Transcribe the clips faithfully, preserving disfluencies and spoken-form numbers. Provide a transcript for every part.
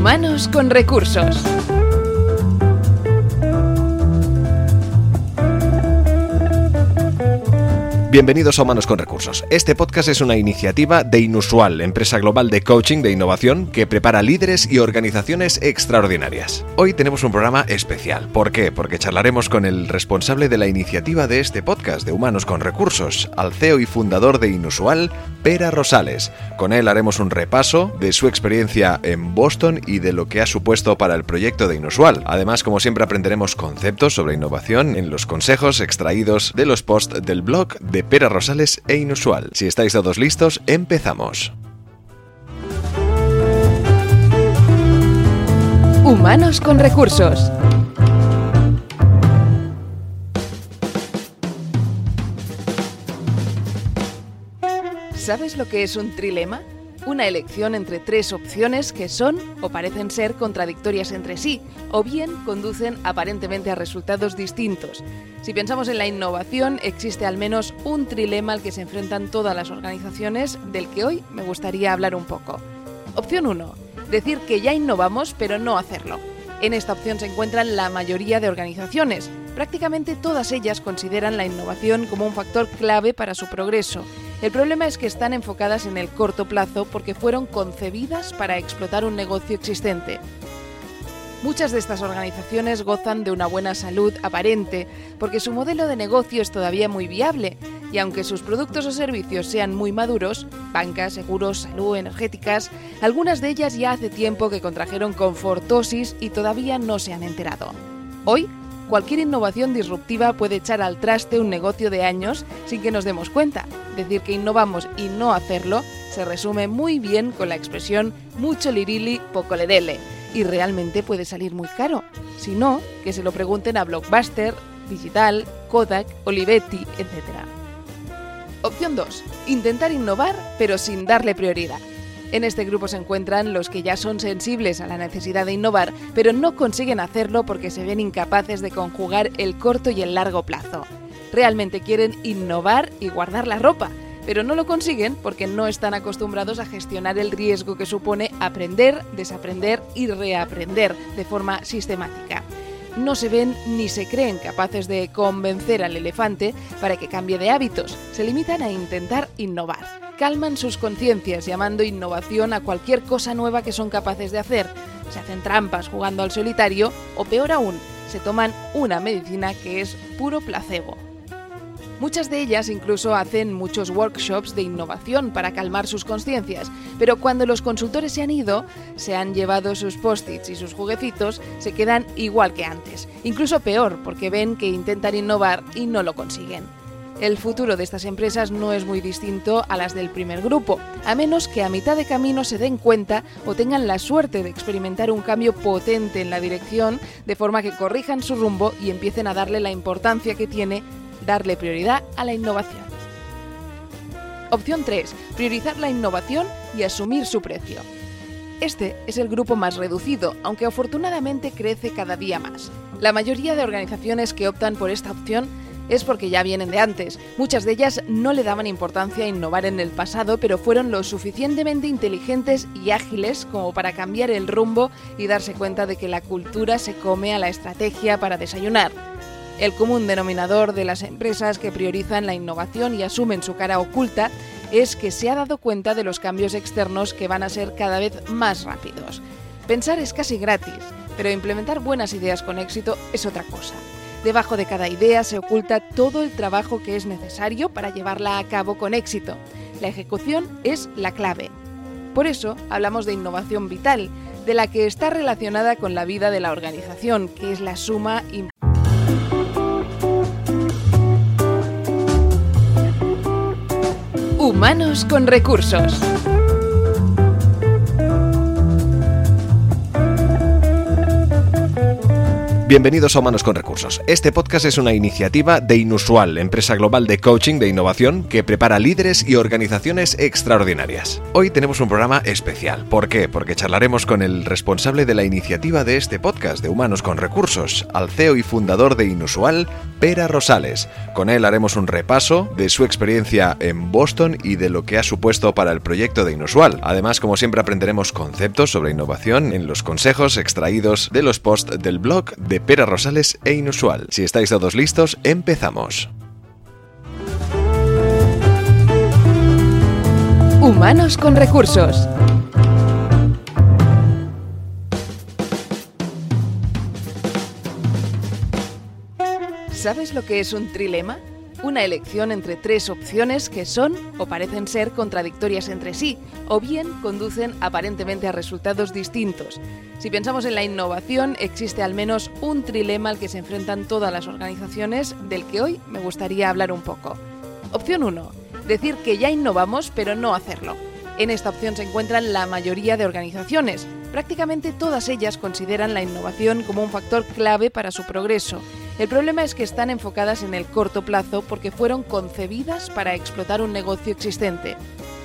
Humanos con recursos. Bienvenidos a Humanos con Recursos. Este podcast es una iniciativa de Inusual, empresa global de coaching de innovación que prepara líderes y organizaciones extraordinarias. Hoy tenemos un programa especial. ¿Por qué? Porque charlaremos con el responsable de la iniciativa de este podcast de Humanos con Recursos, al C E O y fundador de Inusual, Pere Rosales. Con él haremos un repaso de su experiencia en Boston y de lo que ha supuesto para el proyecto de Inusual. Además, como siempre, aprenderemos conceptos sobre innovación en los consejos extraídos de los posts del blog de Pere Rosales e Inusual. Si estáis todos listos, empezamos. Humanos con recursos. ¿Sabes lo que es un trilema? Una elección entre tres opciones que son o parecen ser contradictorias entre sí, o bien conducen aparentemente a resultados distintos. Si pensamos en la innovación, existe al menos un trilema al que se enfrentan todas las organizaciones, del que hoy me gustaría hablar un poco. Opción uno. Decir que ya innovamos, pero no hacerlo. En esta opción se encuentran la mayoría de organizaciones. Prácticamente todas ellas consideran la innovación como un factor clave para su progreso. El problema es que están enfocadas en el corto plazo porque fueron concebidas para explotar un negocio existente. Muchas de estas organizaciones gozan de una buena salud aparente porque su modelo de negocio es todavía muy viable y aunque sus productos o servicios sean muy maduros, bancas, seguros, salud, energéticas, algunas de ellas ya hace tiempo que contrajeron confortosis y todavía no se han enterado. Hoy, cualquier innovación disruptiva puede echar al traste un negocio de años sin que nos demos cuenta. Decir que innovamos y no hacerlo se resume muy bien con la expresión mucho lirili, poco lerele, y realmente puede salir muy caro. Si no, que se lo pregunten a Blockbuster, Digital, Kodak, Olivetti, etcétera. Opción dos. Intentar innovar pero sin darle prioridad. En este grupo se encuentran los que ya son sensibles a la necesidad de innovar, pero no consiguen hacerlo porque se ven incapaces de conjugar el corto y el largo plazo. Realmente quieren innovar y guardar la ropa, pero no lo consiguen porque no están acostumbrados a gestionar el riesgo que supone aprender, desaprender y reaprender de forma sistemática. No se ven ni se creen capaces de convencer al elefante para que cambie de hábitos. Se limitan a intentar innovar. Calman sus conciencias llamando innovación a cualquier cosa nueva que son capaces de hacer. Se hacen trampas jugando al solitario o, peor aún, se toman una medicina que es puro placebo. Muchas de ellas incluso hacen muchos workshops de innovación para calmar sus conciencias, pero cuando los consultores se han ido, se han llevado sus post-its y sus juguetitos, se quedan igual que antes, incluso peor porque ven que intentan innovar y no lo consiguen. El futuro de estas empresas no es muy distinto a las del primer grupo, a menos que a mitad de camino se den cuenta o tengan la suerte de experimentar un cambio potente en la dirección, de forma que corrijan su rumbo y empiecen a darle la importancia que tiene darle prioridad a la innovación. Opción tres. Priorizar la innovación y asumir su precio. Este es el grupo más reducido, aunque afortunadamente crece cada día más. La mayoría de organizaciones que optan por esta opción es porque ya vienen de antes. Muchas de ellas no le daban importancia a innovar en el pasado, pero fueron lo suficientemente inteligentes y ágiles como para cambiar el rumbo y darse cuenta de que la cultura se come a la estrategia para desayunar. El común denominador de las empresas que priorizan la innovación y asumen su cara oculta es que se ha dado cuenta de los cambios externos que van a ser cada vez más rápidos. Pensar es casi gratis, pero implementar buenas ideas con éxito es otra cosa. Debajo de cada idea se oculta todo el trabajo que es necesario para llevarla a cabo con éxito. La ejecución es la clave. Por eso hablamos de innovación vital, de la que está relacionada con la vida de la organización, que es la suma importante. Humanos con recursos. Bienvenidos a Humanos con Recursos. Este podcast es una iniciativa de Inusual, empresa global de coaching de innovación que prepara líderes y organizaciones extraordinarias. Hoy tenemos un programa especial. ¿Por qué? Porque charlaremos con el responsable de la iniciativa de este podcast de Humanos con Recursos, al C E O y fundador de Inusual, Pere Rosales. Con él haremos un repaso de su experiencia en Boston y de lo que ha supuesto para el proyecto de Inusual. Además, como siempre, aprenderemos conceptos sobre innovación en los consejos extraídos de los posts del blog de Pere Rosales e Inusual. Si estáis todos listos, empezamos. Humanos con Recursos. ¿Sabes lo que es un trilema? Una elección entre tres opciones que son o parecen ser contradictorias entre sí, o bien conducen aparentemente a resultados distintos. Si pensamos en la innovación, existe al menos un trilema al que se enfrentan todas las organizaciones, del que hoy me gustaría hablar un poco. Opción uno. Decir que ya innovamos, pero no hacerlo. En esta opción se encuentran la mayoría de organizaciones. Prácticamente todas ellas consideran la innovación como un factor clave para su progreso. El problema es que están enfocadas en el corto plazo porque fueron concebidas para explotar un negocio existente.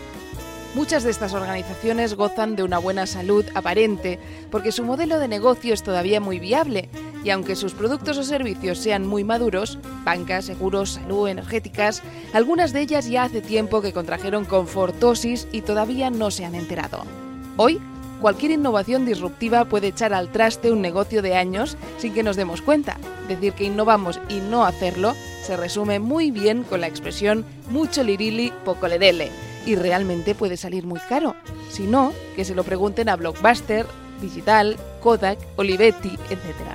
Muchas de estas organizaciones gozan de una buena salud aparente porque su modelo de negocio es todavía muy viable y aunque sus productos o servicios sean muy maduros, bancas, seguros, salud, energéticas, algunas de ellas ya hace tiempo que contrajeron confortosis y todavía no se han enterado. Hoy, cualquier innovación disruptiva puede echar al traste un negocio de años sin que nos demos cuenta. Decir que innovamos y no hacerlo se resume muy bien con la expresión mucho lirili, poco le dele. Y realmente puede salir muy caro. Si no, que se lo pregunten a Blockbuster, Digital, Kodak, Olivetti, etcétera.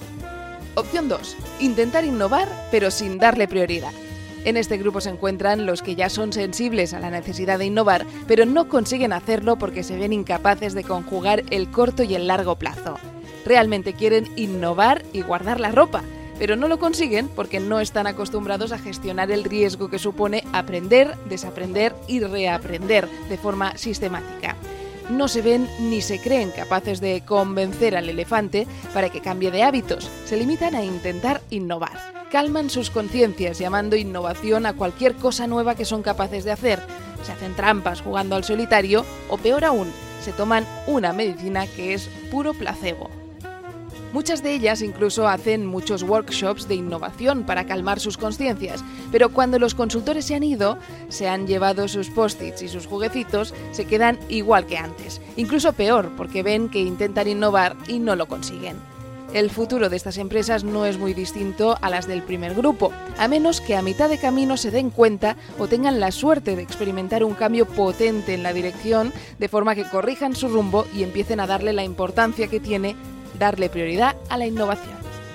Opción dos. Intentar innovar, pero sin darle prioridad. En este grupo se encuentran los que ya son sensibles a la necesidad de innovar, pero no consiguen hacerlo porque se ven incapaces de conjugar el corto y el largo plazo. Realmente quieren innovar y guardar la ropa, pero no lo consiguen porque no están acostumbrados a gestionar el riesgo que supone aprender, desaprender y reaprender de forma sistemática. No se ven ni se creen capaces de convencer al elefante para que cambie de hábitos, se limitan a intentar innovar. Calman sus conciencias llamando innovación a cualquier cosa nueva que son capaces de hacer. Se hacen trampas jugando al solitario o peor aún, se toman una medicina que es puro placebo. Muchas de ellas incluso hacen muchos workshops de innovación para calmar sus conciencias, pero cuando los consultores se han ido, se han llevado sus post-its y sus juguecitos, se quedan igual que antes, incluso peor porque ven que intentan innovar y no lo consiguen. El futuro de estas empresas no es muy distinto a las del primer grupo, a menos que a mitad de camino se den cuenta o tengan la suerte de experimentar un cambio potente en la dirección, de forma que corrijan su rumbo y empiecen a darle la importancia que tiene darle prioridad a la innovación.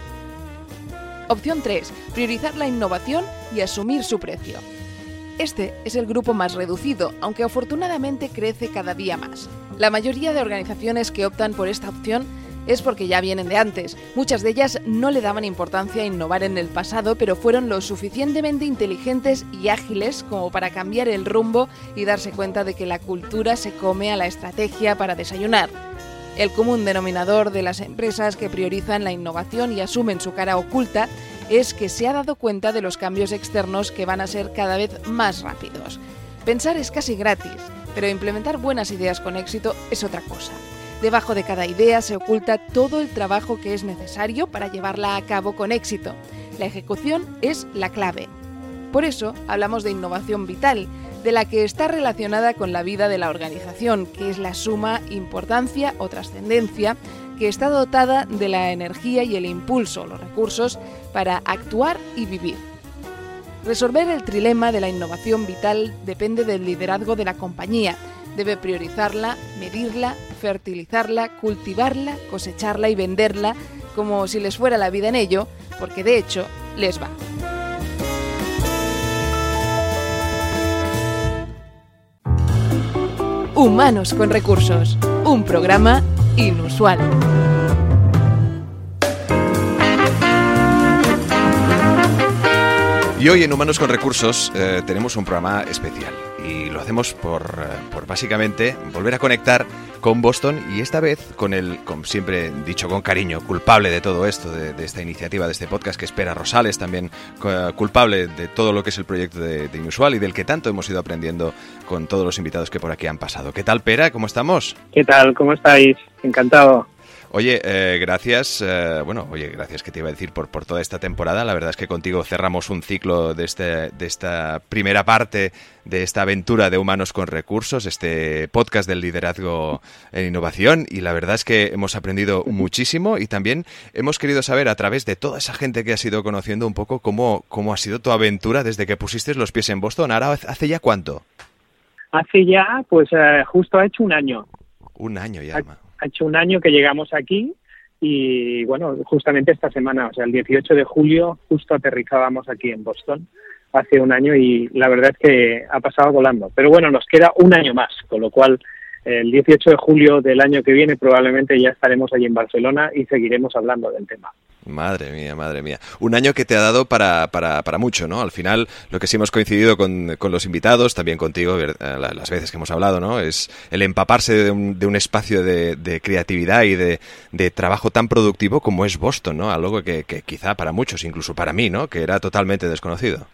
Opción tres. Priorizar la innovación y asumir su precio. Este es el grupo más reducido, aunque afortunadamente crece cada día más. La mayoría de organizaciones que optan por esta opción es porque ya vienen de antes. Muchas de ellas no le daban importancia a innovar en el pasado, pero fueron lo suficientemente inteligentes y ágiles como para cambiar el rumbo y darse cuenta de que la cultura se come a la estrategia para desayunar. El común denominador de las empresas que priorizan la innovación y asumen su cara oculta es que se ha dado cuenta de los cambios externos que van a ser cada vez más rápidos. Pensar es casi gratis, pero implementar buenas ideas con éxito es otra cosa. Debajo de cada idea se oculta todo el trabajo que es necesario para llevarla a cabo con éxito. La ejecución es la clave. Por eso hablamos de innovación vital, de la que está relacionada con la vida de la organización, que es la suma, importancia o trascendencia, que está dotada de la energía y el impulso, los recursos, para actuar y vivir. Resolver el trilema de la innovación vital depende del liderazgo de la compañía. Debe priorizarla, medirla, fertilizarla, cultivarla, cosecharla y venderla, como si les fuera la vida en ello, porque de hecho les va. Humanos con Recursos, un programa inusual. Y hoy en Humanos con Recursos eh, tenemos un programa especial y lo hacemos por, por básicamente volver a conectar con Boston y esta vez con el, con siempre dicho con cariño, culpable de todo esto, de, de esta iniciativa, de este podcast que espera Rosales, también culpable de todo lo que es el proyecto de, de Inusual y del que tanto hemos ido aprendiendo con todos los invitados que por aquí han pasado. ¿Qué tal, Pera? ¿Cómo estamos? ¿Qué tal? ¿Cómo estáis? Encantado. Oye, eh, gracias, eh, bueno, oye, gracias que te iba a decir por, por toda esta temporada. La verdad es que contigo cerramos un ciclo de, este, de esta primera parte de esta aventura de Humanos con Recursos, este podcast del liderazgo en innovación, y la verdad es que hemos aprendido muchísimo y también hemos querido saber a través de toda esa gente que has ido conociendo un poco cómo, cómo ha sido tu aventura desde que pusiste los pies en Boston. Ahora, ¿hace ya cuánto? Hace ya, pues eh, justo ha hecho un año. Un año ya, ha, ha hecho un año que llegamos aquí y, bueno, justamente esta semana, o sea, el dieciocho de julio, justo aterrizábamos aquí en Boston hace un año y la verdad es que ha pasado volando. Pero bueno, nos queda un año más, con lo cual el dieciocho de julio del año que viene probablemente ya estaremos allí en Barcelona y seguiremos hablando del tema. Madre mía, madre mía. Un año que te ha dado para, para, para mucho, ¿no? Al final, lo que sí hemos coincidido con, con los invitados, también contigo, las veces que hemos hablado, ¿no? Es el empaparse de un, de un espacio de, de creatividad y de, de trabajo tan productivo como es Boston, ¿no? Algo que, que quizá para muchos, incluso para mí, ¿no? Que era totalmente desconocido.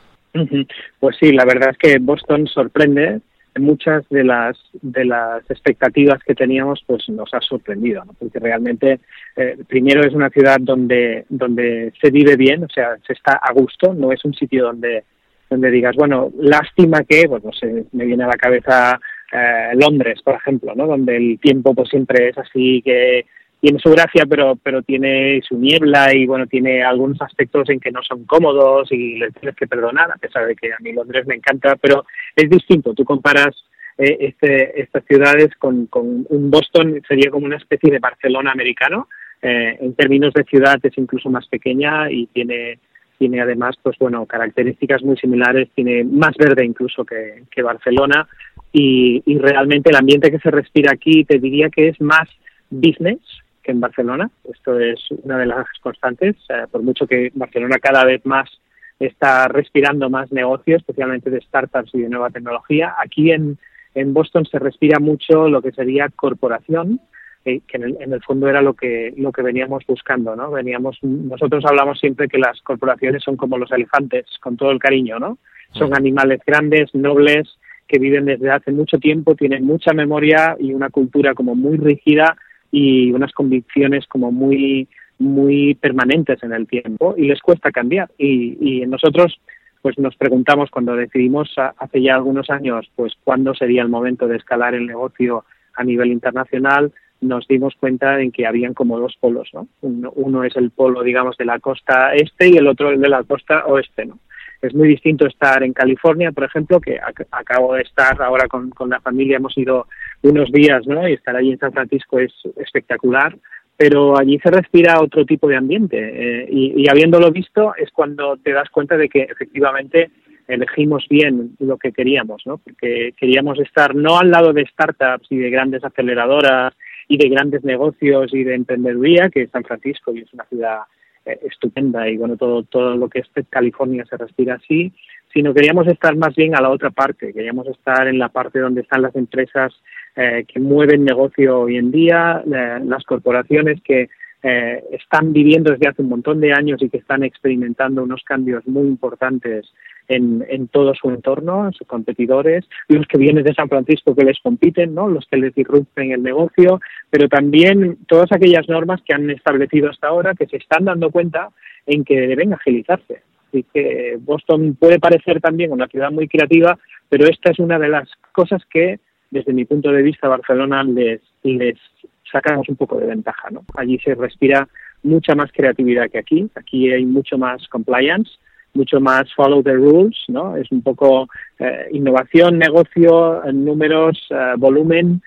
Pues sí, la verdad es que Boston sorprende. Muchas de las de las expectativas que teníamos pues nos ha sorprendido, ¿no? Porque realmente eh, primero es una ciudad donde donde se vive bien, o sea, se está a gusto, no es un sitio donde donde digas, bueno, lástima que, pues no sé, me viene a la cabeza eh, Londres, por ejemplo, ¿no? Donde el tiempo pues siempre es así, que tiene su gracia, pero pero tiene su niebla y, bueno, tiene algunos aspectos en que no son cómodos y les tienes que perdonar, a pesar de que a mí Londres me encanta, pero es distinto. Tú comparas eh, este, estas ciudades con, con un Boston, sería como una especie de Barcelona americano. Eh, en términos de ciudad es incluso más pequeña y tiene tiene además, pues bueno, características muy similares, tiene más verde incluso que, que Barcelona y, y realmente el ambiente que se respira aquí te diría que es más business que en Barcelona. Esto es una de las constantes, eh, por mucho que Barcelona cada vez más está respirando más negocio, especialmente de startups y de nueva tecnología. Aquí en, en Boston se respira mucho lo que sería corporación, eh, que en el, en el fondo era lo que lo que veníamos buscando, ¿no? Veníamos, nosotros hablamos siempre que las corporaciones son como los elefantes, con todo el cariño, ¿no? Son animales grandes, nobles, que viven desde hace mucho tiempo, tienen mucha memoria y una cultura como muy rígida y unas convicciones como muy muy permanentes en el tiempo y les cuesta cambiar y, y nosotros pues nos preguntamos cuando decidimos hace ya algunos años pues cuándo sería el momento de escalar el negocio a nivel internacional. Nos dimos cuenta en que habían como dos polos, ¿no? Uno, uno es el polo, digamos, de la costa este y el otro el de la costa oeste, ¿no? Es muy distinto estar en California, por ejemplo, que ac- acabo de estar ahora con, con la familia, hemos ido unos días, ¿no? Y estar allí en San Francisco es espectacular, pero allí se respira otro tipo de ambiente eh, y, y habiéndolo visto es cuando te das cuenta de que efectivamente elegimos bien lo que queríamos, ¿no? Porque queríamos estar no al lado de startups y de grandes aceleradoras y de grandes negocios y de emprendeduría, que es San Francisco y es una ciudad eh, estupenda y bueno, todo todo lo que es California se respira así, sino queríamos estar más bien a la otra parte, queríamos estar en la parte donde están las empresas eh, que mueven negocio hoy en día, eh, las corporaciones que eh, están viviendo desde hace un montón de años y que están experimentando unos cambios muy importantes en, en todo su entorno, sus competidores, los que vienen de San Francisco que les compiten, ¿no? Los que les disrumpen el negocio, pero también todas aquellas normas que han establecido hasta ahora que se están dando cuenta en que deben agilizarse. Así que Boston puede parecer también una ciudad muy creativa, pero esta es una de las cosas que, desde mi punto de vista, Barcelona les, les sacamos un poco de ventaja, ¿no? Allí se respira mucha más creatividad que aquí. Aquí hay mucho más compliance, mucho más follow the rules, ¿no? Es un poco eh, innovación, negocio, números, eh, volumen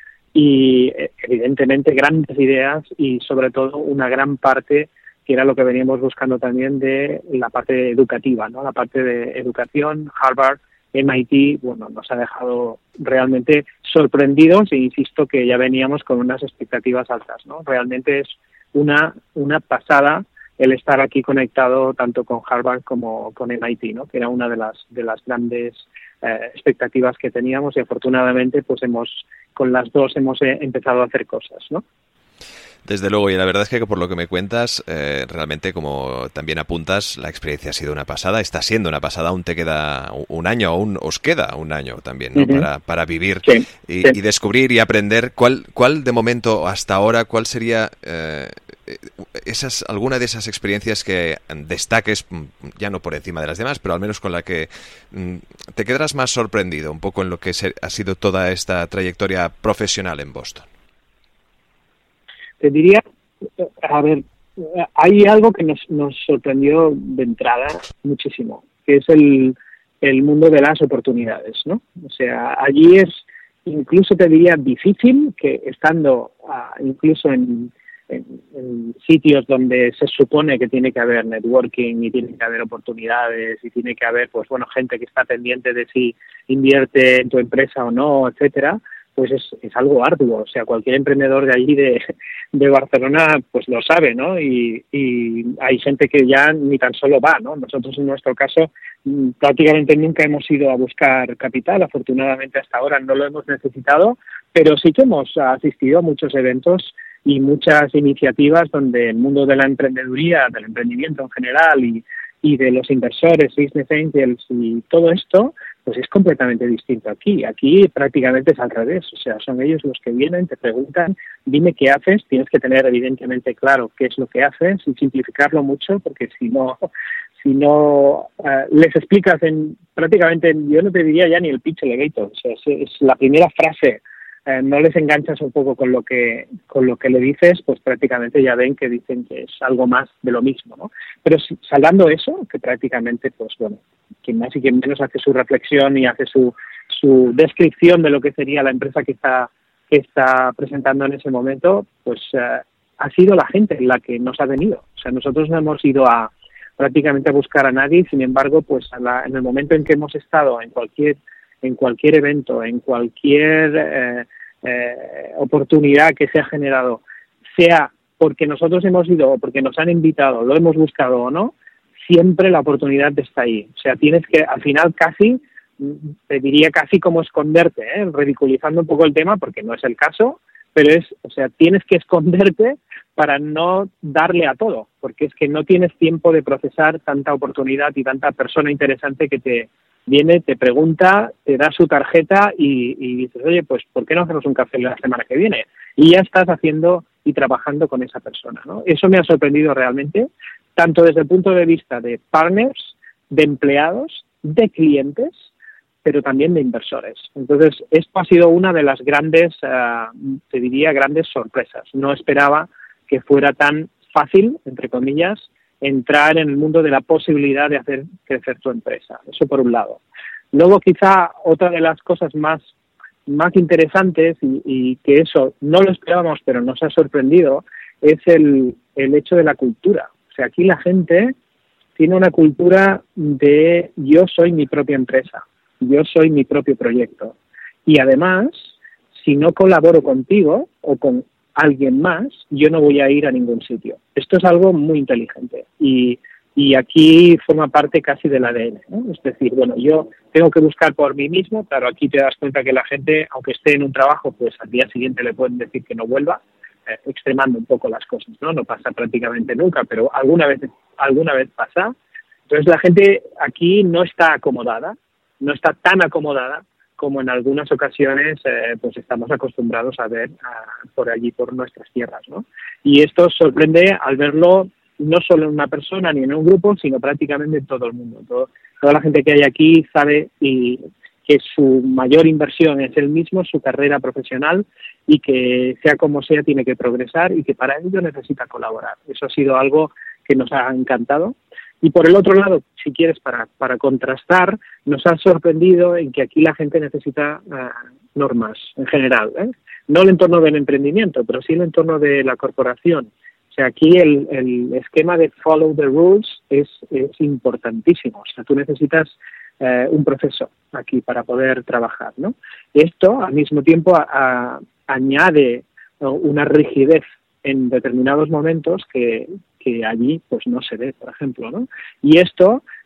y, eh, evidentemente, grandes ideas y, sobre todo, una gran parte que era lo que veníamos buscando también de la parte educativa, ¿no? La parte de educación, Harvard, M I T, bueno, nos ha dejado realmente sorprendidos e insisto que ya veníamos con unas expectativas altas, ¿no? Realmente es una una pasada el estar aquí conectado tanto con Harvard como con M I T, ¿no? Que era una de las de las grandes eh, expectativas que teníamos y afortunadamente pues hemos con las dos hemos eh, empezado a hacer cosas, ¿no? Desde luego, y la verdad es que por lo que me cuentas, eh, realmente, como también apuntas, la experiencia ha sido una pasada, está siendo una pasada, aún te queda un año, aún os queda un año también, ¿no? Uh-huh. para, para vivir sí, y, sí. y descubrir y aprender. ¿Cuál, cuál de momento, hasta ahora, cuál sería eh, esas alguna de esas experiencias que destaques, ya no por encima de las demás, pero al menos con la que mm, te quedarás más sorprendido un poco en lo que se, ha sido toda esta trayectoria profesional en Boston? Te diría, a ver, hay algo que nos, nos sorprendió de entrada muchísimo, que es el, el mundo de las oportunidades, ¿no? O sea, allí es, incluso te diría, difícil que estando uh, incluso en, en, en sitios donde se supone que tiene que haber networking y tiene que haber oportunidades y tiene que haber, pues bueno, gente que está pendiente de si invierte en tu empresa o no, etcétera, pues es, es algo arduo. O sea, cualquier emprendedor de allí de, de Barcelona pues lo sabe, ¿no? Y, y hay gente que ya ni tan solo va, ¿no? Nosotros en nuestro caso prácticamente nunca hemos ido a buscar capital, afortunadamente hasta ahora no lo hemos necesitado, pero sí que hemos asistido a muchos eventos y muchas iniciativas donde el mundo de la emprendeduría, del emprendimiento en general y, y de los inversores, business angels y todo esto, pues es completamente distinto aquí. Aquí prácticamente es al revés, o sea, son ellos los que vienen, te preguntan, dime qué haces, tienes que tener evidentemente claro qué es lo que haces y simplificarlo mucho, porque si no, si no uh, les explicas en prácticamente, yo no te diría ya ni el pitch elevator, o sea, es, es la primera frase, eh, no les enganchas un poco con lo que con lo que le dices, pues prácticamente ya ven que dicen que es algo más de lo mismo, ¿no? Pero si, salvando eso, que prácticamente, pues bueno, quien más y quien menos hace su reflexión y hace su, su descripción de lo que sería la empresa que está que está presentando en ese momento, pues uh, ha sido la gente la que nos ha venido. O sea, nosotros no hemos ido a prácticamente a buscar a nadie, sin embargo, pues a la, en el momento en que hemos estado en cualquier en cualquier evento, en cualquier eh, eh, oportunidad que se ha generado, sea porque nosotros hemos ido o porque nos han invitado, lo hemos buscado o no, siempre la oportunidad está ahí. O sea, tienes que, al final casi, te diría casi como esconderte, ¿eh? Ridiculizando un poco el tema, porque no es el caso, pero es, o sea, tienes que esconderte para no darle a todo, porque es que no tienes tiempo de procesar tanta oportunidad y tanta persona interesante que te viene, te pregunta, te da su tarjeta y, y dices, oye, pues, ¿por qué no hacemos un café la semana que viene? Y ya estás haciendo y trabajando con esa persona, ¿no? Eso me ha sorprendido realmente, tanto desde el punto de vista de partners, de empleados, de clientes, pero también de inversores. Entonces, esto ha sido una de las grandes, uh, te diría, grandes sorpresas. No esperaba que fuera tan fácil, entre comillas, entrar en el mundo de la posibilidad de hacer crecer tu empresa. Eso por un lado. Luego, quizá, otra de las cosas más, más interesantes, y, y que eso no lo esperábamos, pero nos ha sorprendido, es el, el hecho de la cultura. O sea, aquí la gente tiene una cultura de yo soy mi propia empresa, yo soy mi propio proyecto. Y además, si no colaboro contigo o con alguien más, yo no voy a ir a ningún sitio. Esto es algo muy inteligente y, y aquí forma parte casi del A D N, ¿no? Es decir, bueno, yo tengo que buscar por mí mismo, claro, aquí te das cuenta que la gente, aunque esté en un trabajo, pues al día siguiente le pueden decir que no vuelva, eh, extremando un poco las cosas, ¿no? No pasa prácticamente nunca, pero alguna vez, alguna vez pasa. Entonces la gente aquí no está acomodada, no está tan acomodada como en algunas ocasiones eh, pues estamos acostumbrados a ver uh, por allí, por nuestras tierras, ¿no? Y esto sorprende al verlo no solo en una persona ni en un grupo, sino prácticamente en todo el mundo. Todo, toda la gente que hay aquí sabe y que su mayor inversión es él mismo, su carrera profesional, y que sea como sea tiene que progresar y que para ello necesita colaborar. Eso ha sido algo que nos ha encantado. Y por el otro lado, si quieres, para, para contrastar, nos ha sorprendido en que aquí la gente necesita uh, normas en general, ¿eh? No el entorno del emprendimiento, pero sí el entorno de la corporación. O sea, aquí el, el esquema de follow the rules es, es importantísimo. O sea, tú necesitas uh, un proceso aquí para poder trabajar, ¿no? Esto, al mismo tiempo, a, a, añade una rigidez en determinados momentos que, que allí pues no se ve, por ejemplo, ¿no? Y esto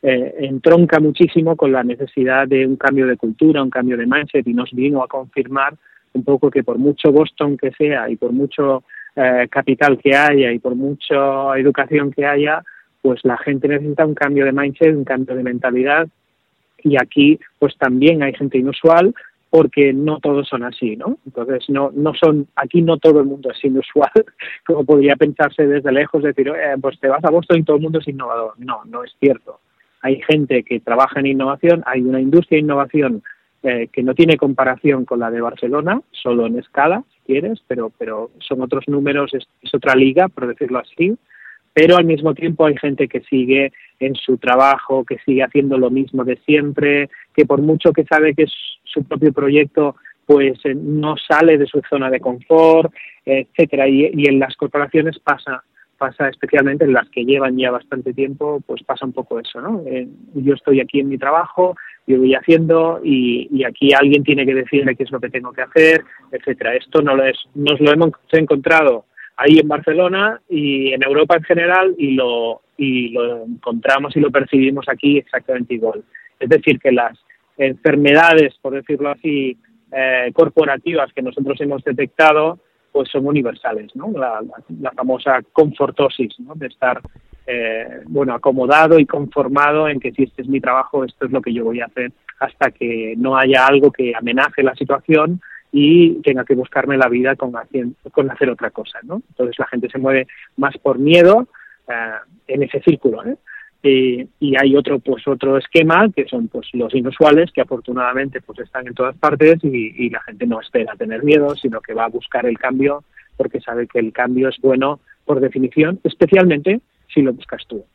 eh, entronca muchísimo con la necesidad de un cambio de cultura, un cambio de mindset, y nos vino a confirmar un poco que por mucho Boston que sea y por mucho eh, capital que haya y por mucha educación que haya, pues la gente necesita un cambio de mindset, un cambio de mentalidad, y aquí pues también hay gente inusual, porque no todos son así, ¿no? Entonces, no no son aquí no todo el mundo es inusual, como podría pensarse desde lejos, decir, eh, pues te vas a Boston y todo el mundo es innovador. No, no es cierto. Hay gente que trabaja en innovación, hay una industria de innovación eh, que no tiene comparación con la de Barcelona, solo en escala, si quieres, pero pero son otros números, es, es otra liga, por decirlo así. Pero al mismo tiempo hay gente que sigue en su trabajo, que sigue haciendo lo mismo de siempre, que por mucho que sabe que es su propio proyecto, pues eh, no sale de su zona de confort, etcétera. Y, y en las corporaciones pasa, pasa especialmente en las que llevan ya bastante tiempo, pues pasa un poco eso, ¿no? Eh, yo estoy aquí en mi trabajo, yo voy haciendo y, y aquí alguien tiene que decirme qué es lo que tengo que hacer, etcétera. Esto no lo es, nos lo hemos encontrado ahí en Barcelona y en Europa en general, y lo y lo encontramos y lo percibimos aquí exactamente igual. Es decir, que las enfermedades, por decirlo así, eh, corporativas que nosotros hemos detectado, pues son universales, ¿no? La, la, la famosa confortosis, ¿no? De estar eh, bueno, acomodado y conformado en que si este es mi trabajo, esto es lo que yo voy a hacer, hasta que no haya algo que amenace la situación y tenga que buscarme la vida con hacer, con hacer otra cosa, ¿no? Entonces la gente se mueve más por miedo eh, en ese círculo, ¿eh? Y, y hay otro pues otro esquema que son pues los inusuales, que afortunadamente pues están en todas partes y, y la gente no espera tener miedo, sino que va a buscar el cambio porque sabe que el cambio es bueno por definición, especialmente si lo buscas tú.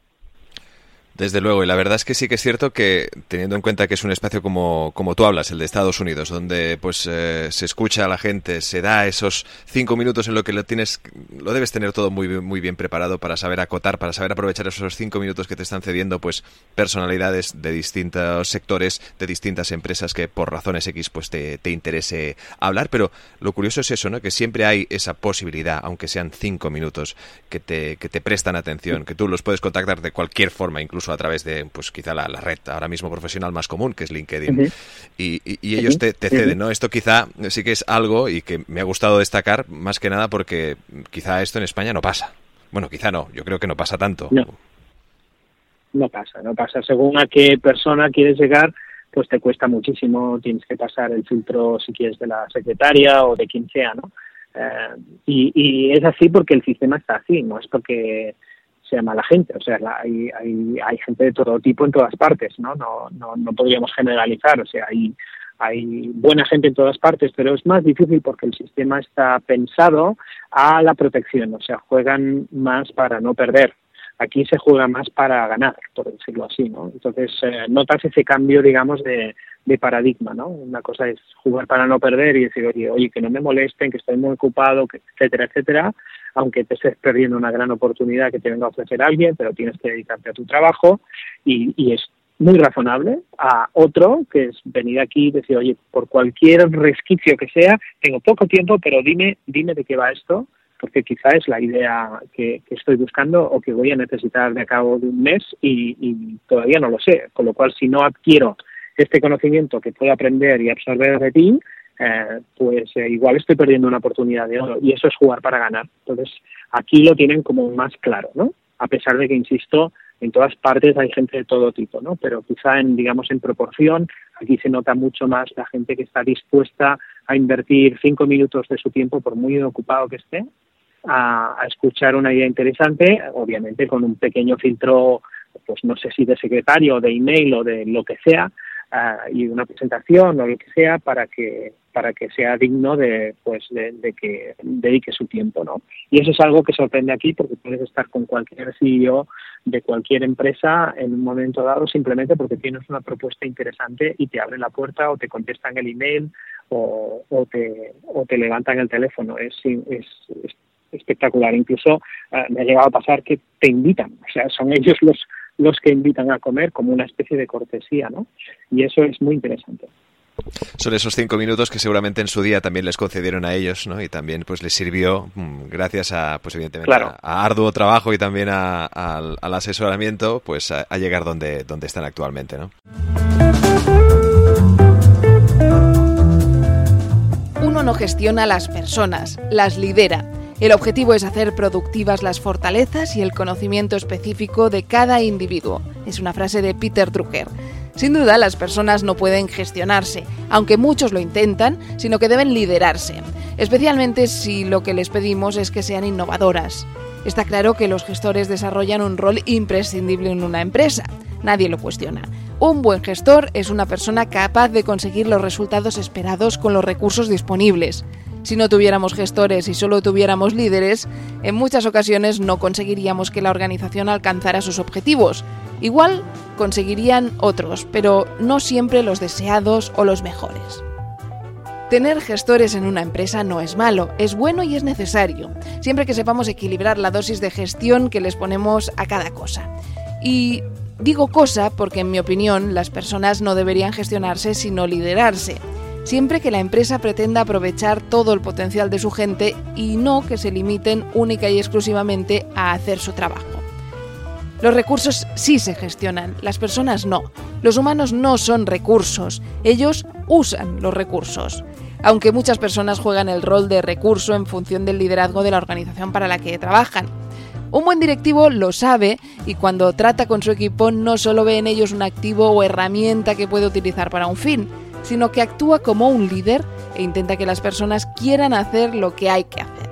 Desde luego, y la verdad es que sí que es cierto que, teniendo en cuenta que es un espacio como, como tú hablas, el de Estados Unidos, donde pues eh, se escucha a la gente, se da esos cinco minutos en lo que lo tienes, lo debes tener todo muy, muy bien preparado para saber acotar, para saber aprovechar esos cinco minutos que te están cediendo pues personalidades de distintos sectores, de distintas empresas que por razones X pues te, te interese hablar, pero lo curioso es eso, ¿no? Que siempre hay esa posibilidad, aunque sean cinco minutos, que te, que te prestan atención, que tú los puedes contactar de cualquier forma, incluso a través de, pues quizá la, la red ahora mismo profesional más común, que es LinkedIn. Uh-huh. y, y, y ellos te, te ceden, ¿no? Esto quizá sí que es algo y que me ha gustado destacar, más que nada porque quizá esto en España no pasa. Bueno, quizá no, yo creo que no pasa tanto. No, no pasa, no pasa. Según a qué persona quieres llegar, pues te cuesta muchísimo, tienes que pasar el filtro, si quieres, de la secretaria o de quien sea, ¿no? Eh, y, y es así porque el sistema está así, no es porque sea mala gente, o sea, la, hay, hay hay gente de todo tipo en todas partes, ¿no? No no no podríamos generalizar, o sea, hay hay buena gente en todas partes, pero es más difícil porque el sistema está pensado a la protección, o sea, juegan más para no perder. Aquí se juega más para ganar, por decirlo así, ¿no? Entonces, eh, notas ese cambio, digamos, de, de paradigma, ¿no? Una cosa es jugar para no perder y decir, oye, oye, que no me molesten, que estoy muy ocupado, que, etcétera, etcétera, aunque te estés perdiendo una gran oportunidad que te venga a ofrecer alguien, pero tienes que dedicarte a tu trabajo y, y es muy razonable. A otro, que es venir aquí y decir, oye, por cualquier resquicio que sea, tengo poco tiempo, pero dime, dime de qué va esto, porque quizá es la idea que, que estoy buscando o que voy a necesitar de cabo de un mes y, y todavía no lo sé. Con lo cual, si no adquiero este conocimiento que puedo aprender y absorber de ti, eh, pues eh, igual estoy perdiendo una oportunidad de oro. Y eso es jugar para ganar. Entonces, aquí lo tienen como más claro, ¿no? A pesar de que, insisto, en todas partes hay gente de todo tipo, ¿no? Pero quizá, en digamos, en proporción, aquí se nota mucho más la gente que está dispuesta a invertir cinco minutos de su tiempo, por muy ocupado que esté, A, a escuchar una idea interesante, obviamente con un pequeño filtro, pues no sé si de secretario o de email o de lo que sea, uh, y una presentación o lo que sea para que para que sea digno de pues de, de que dedique su tiempo, ¿no? Y eso es algo que sorprende aquí porque puedes estar con cualquier C E O de cualquier empresa en un momento dado simplemente porque tienes una propuesta interesante y te abren la puerta o te contestan el email o, o te o te levantan el teléfono. Es es, es espectacular. Incluso uh, me ha llegado a pasar que te invitan, o sea, son ellos los los que invitan a comer como una especie de cortesía, ¿no? Y eso es muy interesante. Son esos cinco minutos que seguramente en su día también les concedieron a ellos, ¿no? Y también pues les sirvió, gracias a, pues evidentemente, claro. a, a arduo trabajo y también a, a, al asesoramiento, pues a, a llegar donde, donde están actualmente, ¿no? Uno no gestiona las personas, las lidera. El objetivo es hacer productivas las fortalezas y el conocimiento específico de cada individuo. Es una frase de Peter Drucker. Sin duda, las personas no pueden gestionarse, aunque muchos lo intentan, sino que deben liderarse, especialmente si lo que les pedimos es que sean innovadoras. Está claro que los gestores desarrollan un rol imprescindible en una empresa. Nadie lo cuestiona. Un buen gestor es una persona capaz de conseguir los resultados esperados con los recursos disponibles. Si no tuviéramos gestores y solo tuviéramos líderes, en muchas ocasiones no conseguiríamos que la organización alcanzara sus objetivos. Igual conseguirían otros, pero no siempre los deseados o los mejores. Tener gestores en una empresa no es malo, es bueno y es necesario, siempre que sepamos equilibrar la dosis de gestión que les ponemos a cada cosa. Y digo cosa porque, en mi opinión, las personas no deberían gestionarse sino liderarse, siempre que la empresa pretenda aprovechar todo el potencial de su gente y no que se limiten única y exclusivamente a hacer su trabajo. Los recursos sí se gestionan, las personas no. Los humanos no son recursos, ellos usan los recursos. Aunque muchas personas juegan el rol de recurso en función del liderazgo de la organización para la que trabajan. Un buen directivo lo sabe y cuando trata con su equipo no solo ve en ellos un activo o herramienta que puede utilizar para un fin, sino que actúa como un líder e intenta que las personas quieran hacer lo que hay que hacer.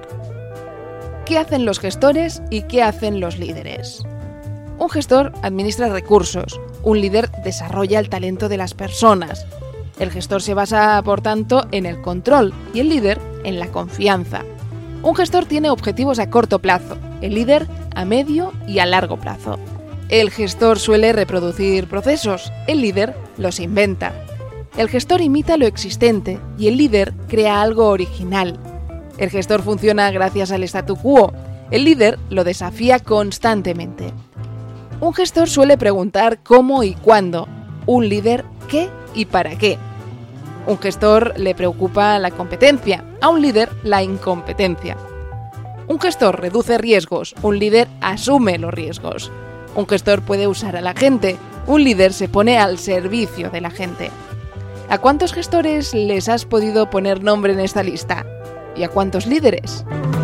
¿Qué hacen los gestores y qué hacen los líderes? Un gestor administra recursos, un líder desarrolla el talento de las personas. El gestor se basa, por tanto, en el control y el líder en la confianza. Un gestor tiene objetivos a corto plazo, el líder a medio y a largo plazo. El gestor suele reproducir procesos, el líder los inventa. El gestor imita lo existente y el líder crea algo original. El gestor funciona gracias al statu quo, el líder lo desafía constantemente. Un gestor suele preguntar cómo y cuándo, un líder qué y para qué. Un gestor le preocupa la competencia, a un líder la incompetencia. Un gestor reduce riesgos, un líder asume los riesgos. Un gestor puede usar a la gente, un líder se pone al servicio de la gente. ¿A cuántos gestores les has podido poner nombre en esta lista? ¿Y a cuántos líderes?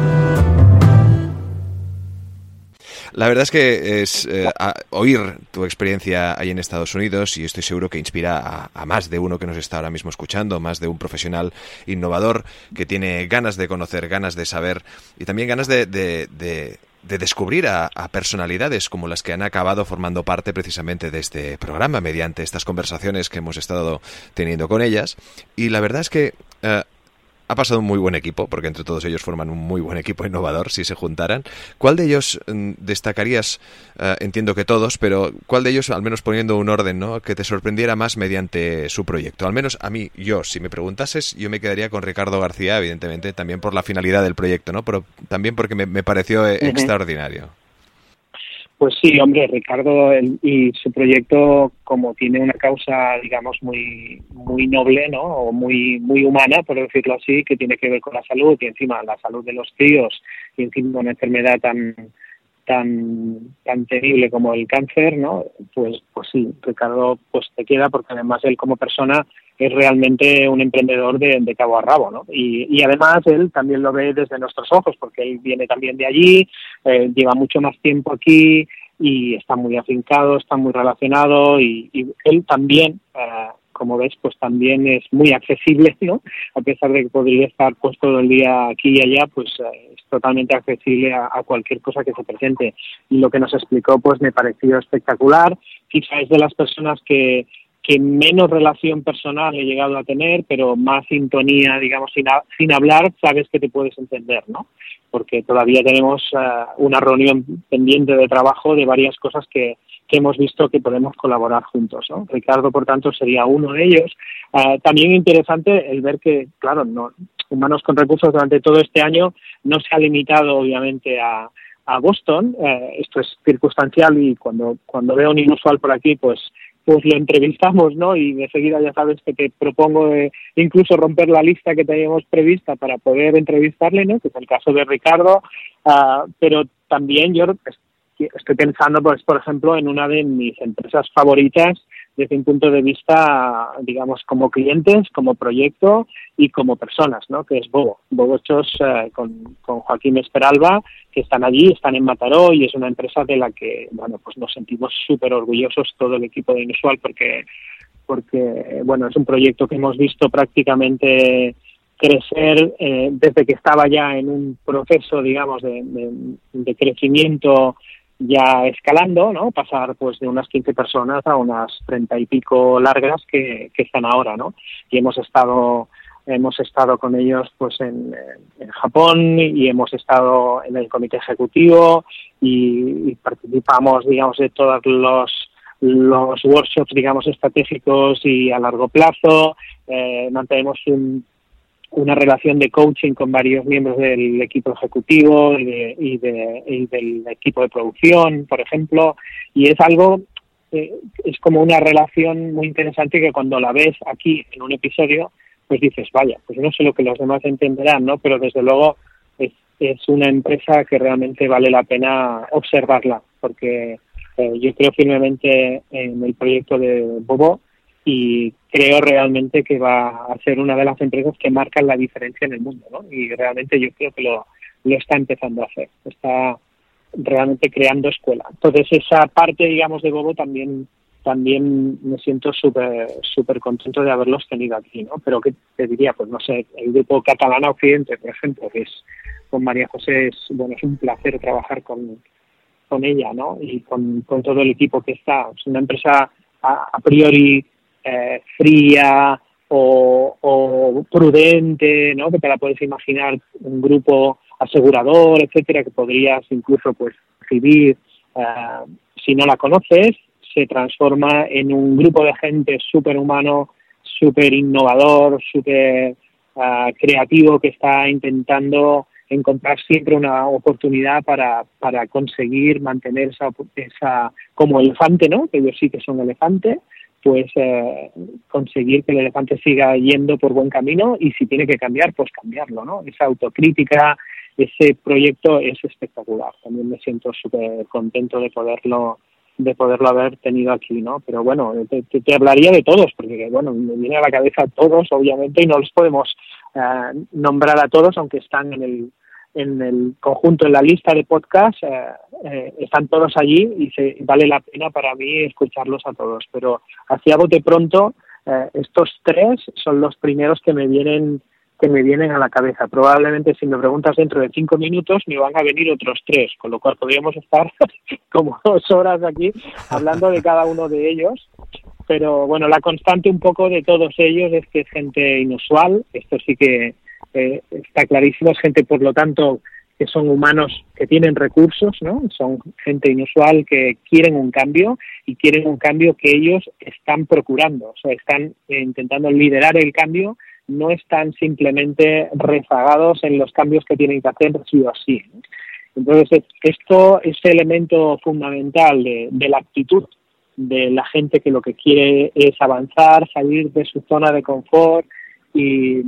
La verdad es que es eh, a, oír tu experiencia ahí en Estados Unidos, y estoy seguro que inspira a, a más de uno que nos está ahora mismo escuchando, más de un profesional innovador que tiene ganas de conocer, ganas de saber y también ganas de, de, de, de descubrir a, a personalidades como las que han acabado formando parte precisamente de este programa mediante estas conversaciones que hemos estado teniendo con ellas. Y la verdad es que eh, ha pasado un muy buen equipo, porque entre todos ellos forman un muy buen equipo innovador si se juntaran. ¿Cuál de ellos mm, destacarías? Uh, entiendo que todos, pero ¿cuál de ellos, al menos poniendo un orden, ¿no?, que te sorprendiera más mediante su proyecto? Al menos a mí, yo, si me preguntases, yo me quedaría con Ricardo García, evidentemente, también por la finalidad del proyecto, ¿no?, pero también porque me, me pareció uh-huh. extraordinario. Pues sí, hombre, Ricardo el, y su proyecto, como tiene una causa, digamos, muy muy noble, ¿no?, o muy muy humana, por decirlo así, que tiene que ver con la salud, y encima la salud de los críos, y encima una enfermedad tan tan tan temible como el cáncer, ¿no?, pues pues sí, Ricardo pues te queda, porque además él como persona es realmente un emprendedor de, de cabo a rabo, ¿no? Y, y además él también lo ve desde nuestros ojos, porque él viene también de allí, eh, lleva mucho más tiempo aquí y está muy afincado, está muy relacionado, y, y él también, eh, como ves, pues también es muy accesible, ¿no? A pesar de que podría estar pues todo el día aquí y allá, pues eh, es totalmente accesible a, a cualquier cosa que se presente. Y lo que nos explicó pues me pareció espectacular. Quizá es de las personas que que menos relación personal he llegado a tener, pero más sintonía, digamos, sin, a, sin hablar, sabes que te puedes entender, ¿no? Porque todavía tenemos uh, una reunión pendiente de trabajo de varias cosas que, que hemos visto que podemos colaborar juntos, ¿no? Ricardo, por tanto, sería uno de ellos. Uh, también interesante el ver que, claro, no, Humanos con Recursos durante todo este año no se ha limitado, obviamente, a a Boston. Eh, esto es circunstancial, y cuando cuando veo un inusual por aquí, pues pues lo entrevistamos, ¿no? Y de seguida ya sabes que te propongo de incluso romper la lista que teníamos prevista para poder entrevistarle, ¿no? Que es el caso de Ricardo, uh, pero también yo estoy pensando, pues, por ejemplo, en una de mis empresas favoritas desde un punto de vista, digamos, como clientes, como proyecto y como personas, ¿no? Que es Bobo. Bobo Chos eh, con, con Joaquín Esperalba, que están allí, están en Mataró, y es una empresa de la que, bueno, pues nos sentimos súper orgullosos todo el equipo de Inusual, porque, porque, bueno, es un proyecto que hemos visto prácticamente crecer eh, desde que estaba ya en un proceso, digamos, de, de, de crecimiento ya escalando, ¿no? Pasar pues de unas quince personas a unas treinta y pico largas que, que están ahora, ¿no? Y hemos estado hemos estado con ellos pues en, en Japón, y hemos estado en el comité ejecutivo y, y participamos, digamos, de todos los los workshops, digamos, estratégicos y a largo plazo. Eh, mantenemos un una relación de coaching con varios miembros del equipo ejecutivo y, de, y, de, y del equipo de producción, por ejemplo, y es algo, eh, es como una relación muy interesante que cuando la ves aquí en un episodio, pues dices, vaya, pues no sé lo que los demás entenderán, ¿no? Pero desde luego es, es una empresa que realmente vale la pena observarla, porque eh, yo creo firmemente en el proyecto de Bobo, y creo realmente que va a ser una de las empresas que marcan la diferencia en el mundo, ¿no? Y realmente yo creo que lo, lo está empezando a hacer, está realmente creando escuela. Entonces esa parte, digamos, de Bobo también también me siento súper súper contento de haberlos tenido aquí, ¿no? Pero ¿qué te diría? Pues no sé, el grupo Catalana Occidente, por ejemplo, que es con María José, es, bueno, es un placer trabajar con, con ella, ¿no? Y con, con todo el equipo que está. Es una empresa a, a priori Eh, fría o, o prudente, ¿no? Que te la puedes imaginar, un grupo asegurador, etcétera, que podrías incluso pues recibir eh, si no la conoces. Se transforma en un grupo de gente súper humano, súper innovador, súper uh, creativo, que está intentando encontrar siempre una oportunidad para, para conseguir mantener esa, esa como elefante, ¿no? Que ellos sí que son elefantes, pues eh, conseguir que el elefante siga yendo por buen camino, y si tiene que cambiar, pues cambiarlo, ¿no? Esa autocrítica, ese proyecto es espectacular. También me siento súper contento de poderlo de poderlo haber tenido aquí, ¿no? Pero bueno, te, te, te hablaría de todos, porque bueno, me viene a la cabeza todos, obviamente, y no los podemos eh, nombrar a todos, aunque están en el en el conjunto, en la lista de podcast, eh, eh, están todos allí, y se, vale la pena para mí escucharlos a todos. Pero hacia bote pronto, eh, estos tres son los primeros que me vienen que me vienen a la cabeza. Probablemente si me preguntas dentro de cinco minutos me van a venir otros tres, con lo cual podríamos estar como dos horas aquí hablando de cada uno de ellos. Pero bueno, la constante un poco de todos ellos es que es gente inusual. Esto sí que Eh, está clarísimo, es gente, por lo tanto, que son humanos que tienen recursos, ¿no? Son gente inusual que quieren un cambio, y quieren un cambio que ellos están procurando, o sea, están eh, intentando liderar el cambio, no están simplemente rezagados en los cambios que tienen que hacer sí o sí, ¿no? Entonces, esto, este elemento fundamental de, de la actitud de la gente que lo que quiere es avanzar, salir de su zona de confort y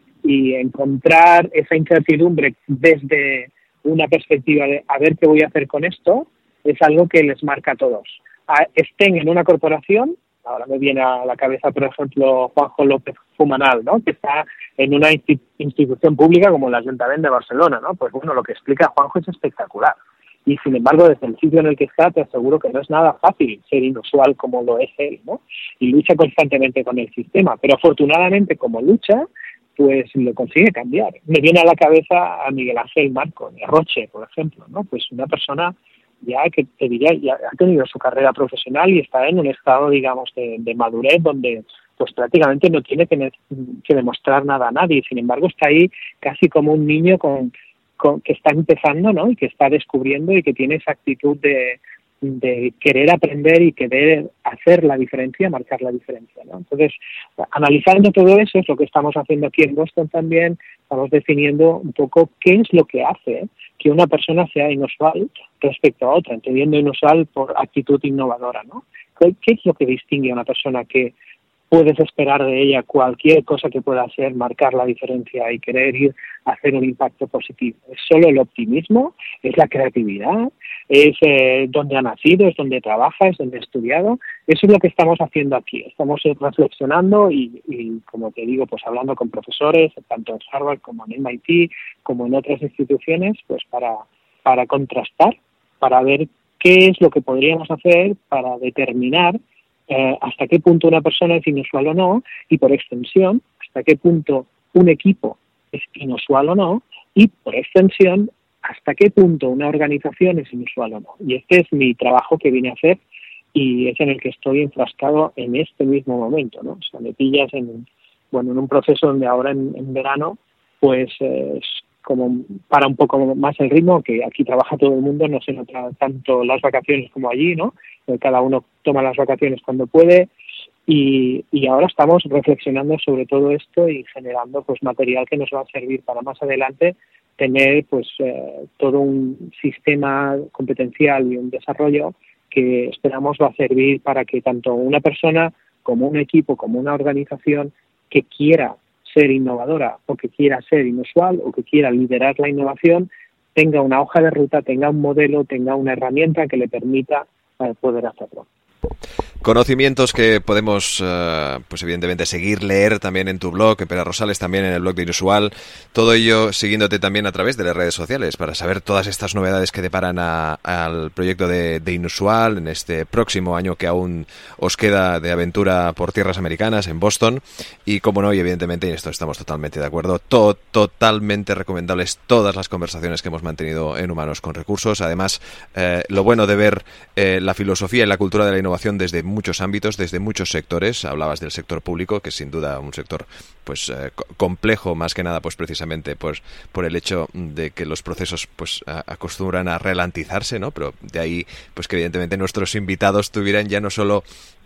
y encontrar esa incertidumbre desde una perspectiva de a ver qué voy a hacer con esto, es algo que les marca a todos. A, estén en una corporación, ahora me viene a la cabeza, por ejemplo, Juanjo López Fumanal, ¿no? Que está en una institución pública como el Ayuntamiento de Barcelona, ¿no? Pues bueno, lo que explica Juanjo es espectacular. Y sin embargo, desde el sitio en el que está, te aseguro que no es nada fácil ser inusual como lo es él, ¿no? Y lucha constantemente con el sistema, pero afortunadamente, como lucha, pues lo consigue cambiar. Me viene a la cabeza a Miguel Ángel Marco, de Roche, por ejemplo, ¿no? Pues una persona ya que te diría, ya ha tenido su carrera profesional y está en un estado, digamos, de, de madurez donde pues prácticamente no tiene que, que demostrar nada a nadie. Sin embargo, está ahí casi como un niño con, con que está empezando, ¿no? Y que está descubriendo y que tiene esa actitud de de querer aprender y querer hacer la diferencia, marcar la diferencia, ¿no? Entonces, analizando todo eso, es lo que estamos haciendo aquí en Boston también, estamos definiendo un poco qué es lo que hace que una persona sea inusual respecto a otra, entendiendo inusual por actitud innovadora, ¿no? ¿Qué es lo que distingue a una persona que puedes esperar de ella cualquier cosa que pueda hacer, marcar la diferencia y querer ir a hacer un impacto positivo? ¿Es solo el optimismo? ¿Es la creatividad? ¿Es eh, donde ha nacido? ¿Es donde trabaja? ¿Es donde ha estudiado? Eso es lo que estamos haciendo aquí. Estamos reflexionando y, y, como te digo, pues hablando con profesores, tanto en Harvard como en M I T, como en otras instituciones, pues para, para contrastar, para ver qué es lo que podríamos hacer para determinar Eh, hasta qué punto una persona es inusual o no, y por extensión, hasta qué punto un equipo es inusual o no, y por extensión, hasta qué punto una organización es inusual o no. Y este es mi trabajo que vine a hacer y es en el que estoy enfrascado en este mismo momento, ¿no? O sea, me pillas en, bueno, en un proceso donde ahora en, en verano, pues eh, es como para un poco más el ritmo, que aquí trabaja todo el mundo, no se nota tanto las vacaciones como allí, ¿no? Cada uno toma las vacaciones cuando puede y, y ahora estamos reflexionando sobre todo esto y generando pues material que nos va a servir para más adelante tener pues eh, todo un sistema competencial y un desarrollo que esperamos va a servir para que tanto una persona como un equipo, como una organización que quiera ser innovadora o que quiera ser inusual o que quiera liderar la innovación tenga una hoja de ruta, tenga un modelo, tenga una herramienta que le permita eh, poder hacerlo. Conocimientos que podemos, uh, pues evidentemente, seguir, leer también en tu blog, en Pere Rosales, también en el blog de Inusual. Todo ello siguiéndote también a través de las redes sociales para saber todas estas novedades que deparan a, al proyecto de, de Inusual en este próximo año que aún os queda de aventura por tierras americanas, en Boston. Y como no, y evidentemente, y en esto estamos totalmente de acuerdo, to, totalmente recomendables todas las conversaciones que hemos mantenido en Humanos con Recursos. Además, eh, lo bueno de ver eh, la filosofía y la cultura de la innovación desde muchos ámbitos, desde muchos sectores. Hablabas del sector público, que es sin duda un sector pues eh, complejo, más que nada pues precisamente pues por el hecho de que los procesos pues a, acostumbran a ralentizarse, ¿no? Pero de ahí pues que evidentemente nuestros invitados tuvieran ya no solo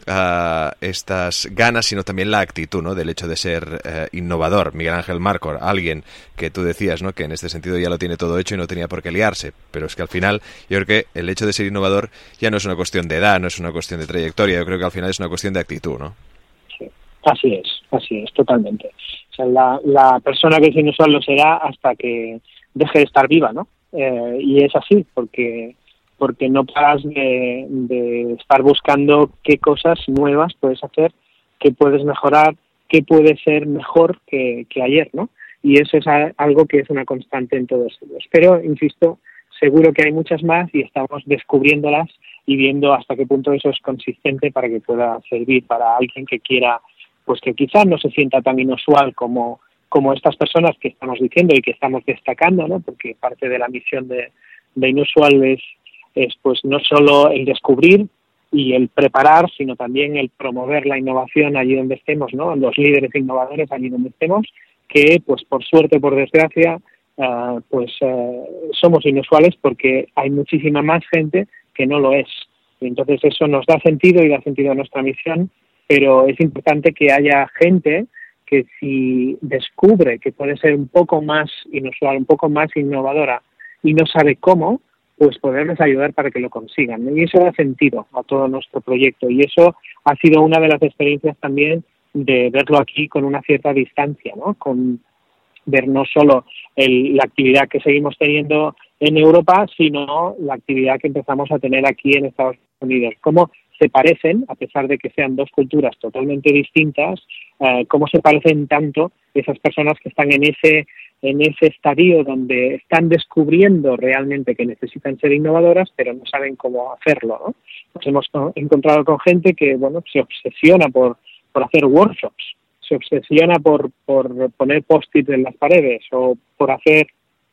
uh, estas ganas, sino también la actitud, ¿no? Del hecho de ser uh, innovador. Miguel Ángel Marcor, alguien que tú decías, ¿no? Que en este sentido ya lo tiene todo hecho y no tenía por qué liarse, pero es que al final yo creo que el hecho de ser innovador ya no es una cuestión de edad, no es una cuestión de trayectoria, yo creo que al final es una cuestión de actitud, ¿no? Sí, así es, así es, totalmente. O sea, la, la persona que es inusual lo será hasta que deje de estar viva, ¿no? Eh, y es así, porque porque no paras de, de estar buscando qué cosas nuevas puedes hacer, qué puedes mejorar, qué puede ser mejor que, que ayer, ¿no? Y eso es algo que es una constante en todos ellos. Pero, insisto, seguro que hay muchas más y estamos descubriéndolas y viendo hasta qué punto eso es consistente para que pueda servir para alguien que quiera, pues que quizás no se sienta tan inusual como, como estas personas que estamos diciendo y que estamos destacando, ¿no? Porque parte de la misión de, de Inusual es, es pues no solo el descubrir y el preparar, sino también el promover la innovación allí donde estemos, ¿no? Los líderes innovadores allí donde estemos, que pues por suerte, por desgracia, uh, pues uh, somos inusuales porque hay muchísima más gente que no lo es. Y entonces eso nos da sentido y da sentido a nuestra misión, pero es importante que haya gente que si descubre que puede ser un poco más inusual, un poco más innovadora y no sabe cómo, pues poderles ayudar para que lo consigan, ¿no? Y eso da sentido a todo nuestro proyecto y eso ha sido una de las experiencias también de verlo aquí con una cierta distancia, ¿no? Con ver no solo el, la actividad que seguimos teniendo en Europa, sino la actividad que empezamos a tener aquí en Estados Unidos. Cómo se parecen, a pesar de que sean dos culturas totalmente distintas, eh, cómo se parecen tanto esas personas que están en ese en ese estadio donde están descubriendo realmente que necesitan ser innovadoras, pero no saben cómo hacerlo, ¿no? Nos hemos encontrado con gente que, bueno, se obsesiona por, por hacer workshops, se obsesiona por, por poner post-it en las paredes o por hacer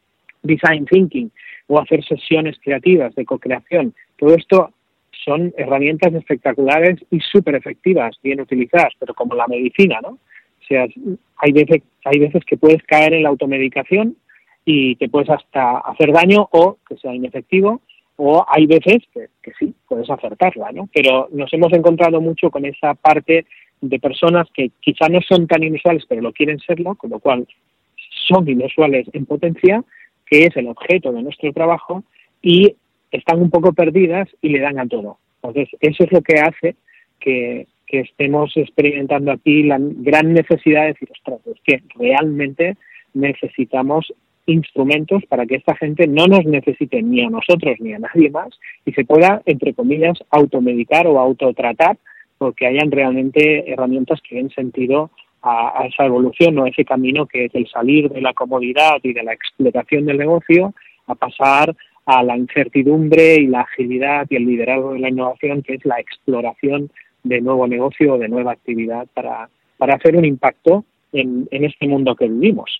design thinking o hacer sesiones creativas de co-creación. Todo esto son herramientas espectaculares y súper efectivas, bien utilizadas, pero como la medicina, ¿no? O sea, hay veces, hay veces que puedes caer en la automedicación y te puedes hasta hacer daño o que sea inefectivo, o hay veces que, que sí, puedes acertarla, ¿no? Pero nos hemos encontrado mucho con esa parte de personas que quizá no son tan inusuales, pero lo quieren serlo, con lo cual son inusuales en potencia, que es el objeto de nuestro trabajo, y están un poco perdidas y le dan a todo. Entonces, eso es lo que hace que, que estemos experimentando aquí la gran necesidad de decir, ostras, es que realmente necesitamos instrumentos para que esta gente no nos necesite ni a nosotros ni a nadie más y se pueda, entre comillas, automedicar o autotratar, porque hayan realmente herramientas que den sentido a, a esa evolución o a ese camino que es el salir de la comodidad y de la explotación del negocio a pasar a la incertidumbre y la agilidad y el liderazgo de la innovación, que es la exploración de nuevo negocio o de nueva actividad para, para hacer un impacto en, en este mundo que vivimos.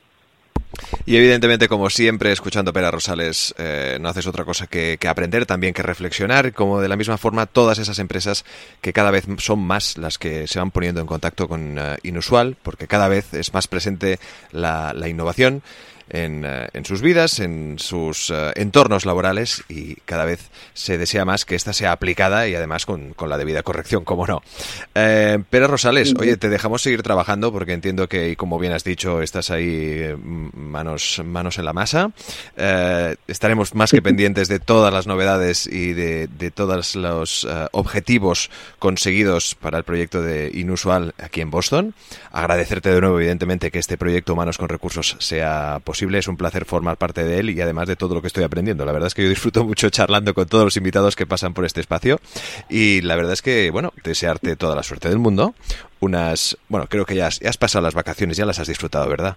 Y evidentemente, como siempre, escuchando Pere Rosales, eh, no haces otra cosa que, que aprender, también que reflexionar, como de la misma forma todas esas empresas que cada vez son más las que se van poniendo en contacto con uh, Inusual, porque cada vez es más presente la, la innovación en, uh, en sus vidas, en sus uh, entornos laborales, y cada vez se desea más que esta sea aplicada y además con, con la debida corrección, como no. Eh, Pere Rosales, oye, te dejamos seguir trabajando porque entiendo que, y como bien has dicho, estás ahí manos, manos en la masa. Eh, estaremos más que pendientes de todas las novedades y de, de todos los uh, objetivos conseguidos para el proyecto de Inusual aquí en Boston. Agradecerte de nuevo, evidentemente, que este proyecto Humanos con Recursos sea posible. Es un placer formar parte de él y además de todo lo que estoy aprendiendo. La verdad es que yo disfruto mucho charlando con todos los invitados que pasan por este espacio y la verdad es que, bueno, desearte toda la suerte del mundo. Unas, bueno, creo que ya has, ya has pasado las vacaciones, ya las has disfrutado, ¿verdad?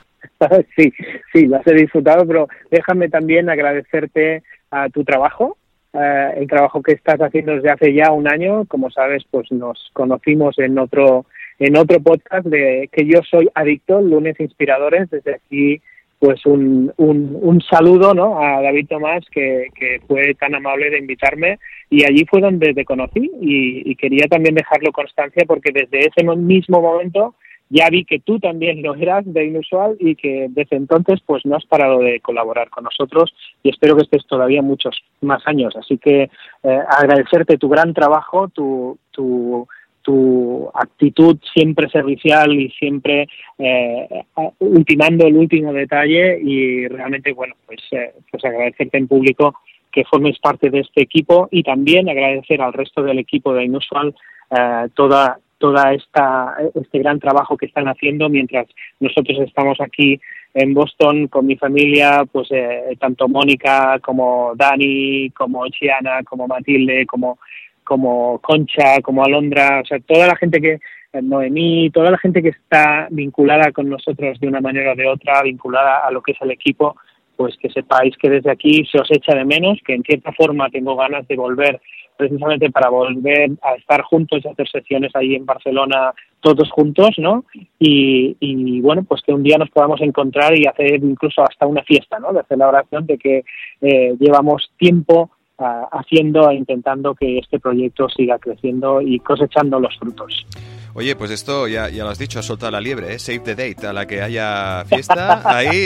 Sí, sí, las he disfrutado, pero déjame también agradecerte a tu trabajo, uh, el trabajo que estás haciendo desde hace ya un año. Como sabes, pues nos conocimos en otro en otro podcast de que yo soy adicto, Lunes Inspiradores. Desde aquí, pues un, un, un saludo, ¿no?, a David Tomás, que, que fue tan amable de invitarme, y allí fue donde te conocí y, y quería también dejarlo constancia porque desde ese mismo momento ya vi que tú también lo eras de Inusual y que desde entonces pues no has parado de colaborar con nosotros y espero que estés todavía muchos más años. Así que eh, agradecerte tu gran trabajo, tu tu tu actitud siempre servicial y siempre eh, ultimando el último detalle y realmente, bueno, pues, eh, pues agradecerte en público que formes parte de este equipo y también agradecer al resto del equipo de Inusual eh, toda toda esta este gran trabajo que están haciendo mientras nosotros estamos aquí en Boston con mi familia, pues eh, tanto Mónica como Dani, como Chiana, como Matilde, como como Concha, como Alondra, o sea, toda la gente que, Noemí, toda la gente que está vinculada con nosotros de una manera o de otra, vinculada a lo que es el equipo, pues que sepáis que desde aquí se os echa de menos, que en cierta forma tengo ganas de volver, precisamente para volver a estar juntos y hacer sesiones ahí en Barcelona, todos juntos, ¿no? Y, y bueno, pues que un día nos podamos encontrar y hacer incluso hasta una fiesta, ¿no?, de celebración de que eh, llevamos tiempo haciendo e intentando que este proyecto siga creciendo y cosechando los frutos. Oye, pues esto ya, ya lo has dicho, has soltado la liebre, ¿eh? Save the date, a la que haya fiesta, ahí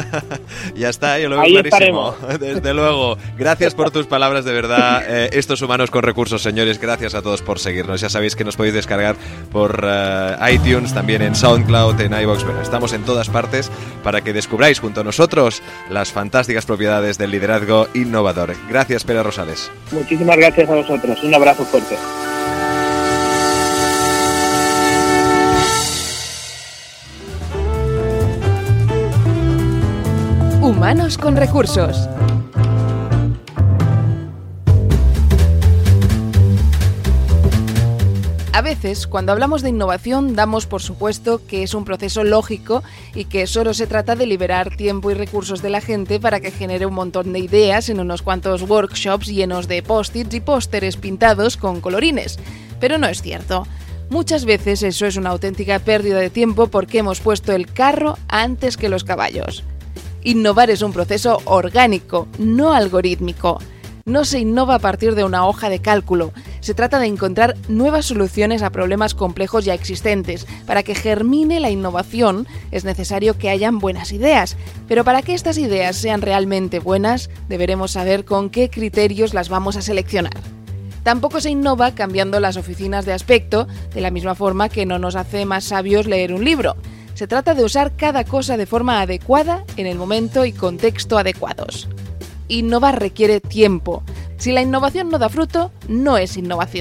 ya está, yo lo veo ahí clarísimo. Estaremos. Desde luego. Gracias por tus palabras, de verdad. Eh, estos Humanos con Recursos, señores, gracias a todos por seguirnos. Ya sabéis que nos podéis descargar por uh, iTunes, también en SoundCloud, en iVoox. Bueno, estamos en todas partes para que descubráis junto a nosotros las fantásticas propiedades del liderazgo innovador. Gracias, Pere Rosales. Muchísimas gracias a vosotros. Un abrazo fuerte. Humanos con Recursos. A veces, cuando hablamos de innovación, damos por supuesto que es un proceso lógico y que solo se trata de liberar tiempo y recursos de la gente para que genere un montón de ideas en unos cuantos workshops llenos de post-its y pósteres pintados con colorines. Pero no es cierto. Muchas veces eso es una auténtica pérdida de tiempo porque hemos puesto el carro antes que los caballos. Innovar es un proceso orgánico, no algorítmico. No se innova a partir de una hoja de cálculo. Se trata de encontrar nuevas soluciones a problemas complejos ya existentes. Para que germine la innovación es necesario que hayan buenas ideas. Pero para que estas ideas sean realmente buenas, deberemos saber con qué criterios las vamos a seleccionar. Tampoco se innova cambiando las oficinas de aspecto, de la misma forma que no nos hace más sabios leer un libro. Se trata de usar cada cosa de forma adecuada, en el momento y contexto adecuados. Innovar requiere tiempo. Si la innovación no da fruto, no es innovación.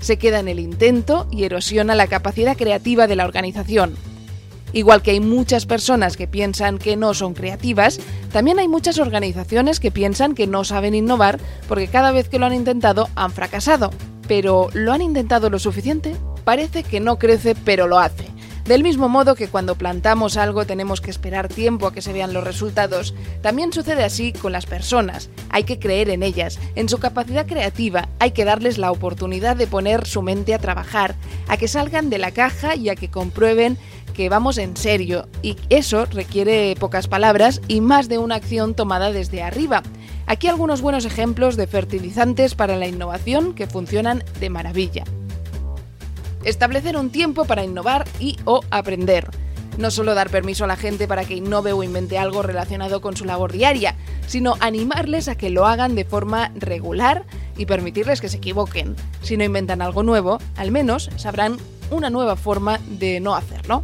se queda en el intento y erosiona la capacidad creativa de la organización. Igual que hay muchas personas que piensan que no son creativas, también hay muchas organizaciones que piensan que no saben innovar porque cada vez que lo han intentado han fracasado. ¿Pero lo han intentado lo suficiente? Parece que no crece, pero lo hace. Del mismo modo que cuando plantamos algo tenemos que esperar tiempo a que se vean los resultados, también sucede así con las personas. Hay que creer en ellas, en su capacidad creativa, hay que darles la oportunidad de poner su mente a trabajar, a que salgan de la caja y a que comprueben que vamos en serio, y eso requiere pocas palabras y más de una acción tomada desde arriba. Aquí algunos buenos ejemplos de fertilizantes para la innovación que funcionan de maravilla. Establecer un tiempo para innovar y o aprender. No solo dar permiso a la gente para que innove o invente algo relacionado con su labor diaria, sino animarles a que lo hagan de forma regular y permitirles que se equivoquen. Si no inventan algo nuevo, al menos sabrán una nueva forma de no hacerlo.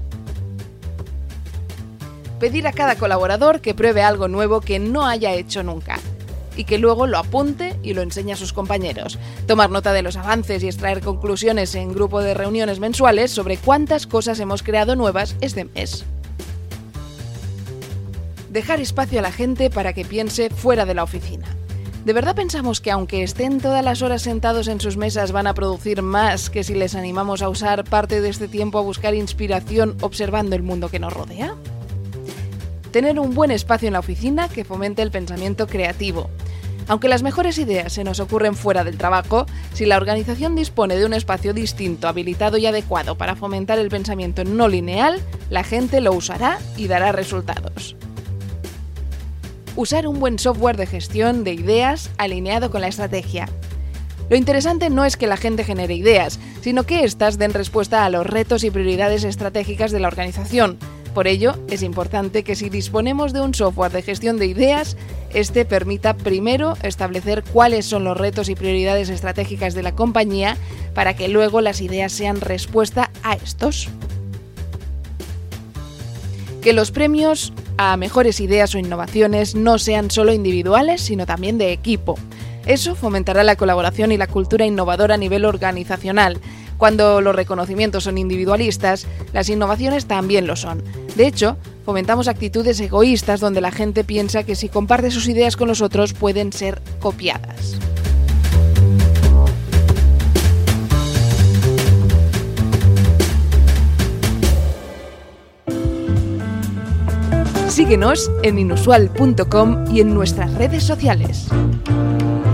Pedir a cada colaborador que pruebe algo nuevo que no haya hecho nunca y que luego lo apunte y lo enseñe a sus compañeros. Tomar nota de los avances y extraer conclusiones en grupo de reuniones mensuales sobre cuántas cosas hemos creado nuevas este mes. Dejar espacio a la gente para que piense fuera de la oficina. ¿De verdad pensamos que aunque estén todas las horas sentados en sus mesas van a producir más que si les animamos a usar parte de este tiempo a buscar inspiración observando el mundo que nos rodea? Tener un buen espacio en la oficina que fomente el pensamiento creativo. Aunque las mejores ideas se nos ocurren fuera del trabajo, si la organización dispone de un espacio distinto, habilitado y adecuado para fomentar el pensamiento no lineal, la gente lo usará y dará resultados. Usar un buen software de gestión de ideas alineado con la estrategia. Lo interesante no es que la gente genere ideas, sino que éstas den respuesta a los retos y prioridades estratégicas de la organización. Por ello, es importante que si disponemos de un software de gestión de ideas, este permita primero establecer cuáles son los retos y prioridades estratégicas de la compañía para que luego las ideas sean respuesta a estos. Que los premios a mejores ideas o innovaciones no sean solo individuales, sino también de equipo. Eso fomentará la colaboración y la cultura innovadora a nivel organizacional. Cuando los reconocimientos son individualistas, las innovaciones también lo son. De hecho, fomentamos actitudes egoístas donde la gente piensa que si comparte sus ideas con los otros pueden ser copiadas. Síguenos en inusual punto com y en nuestras redes sociales.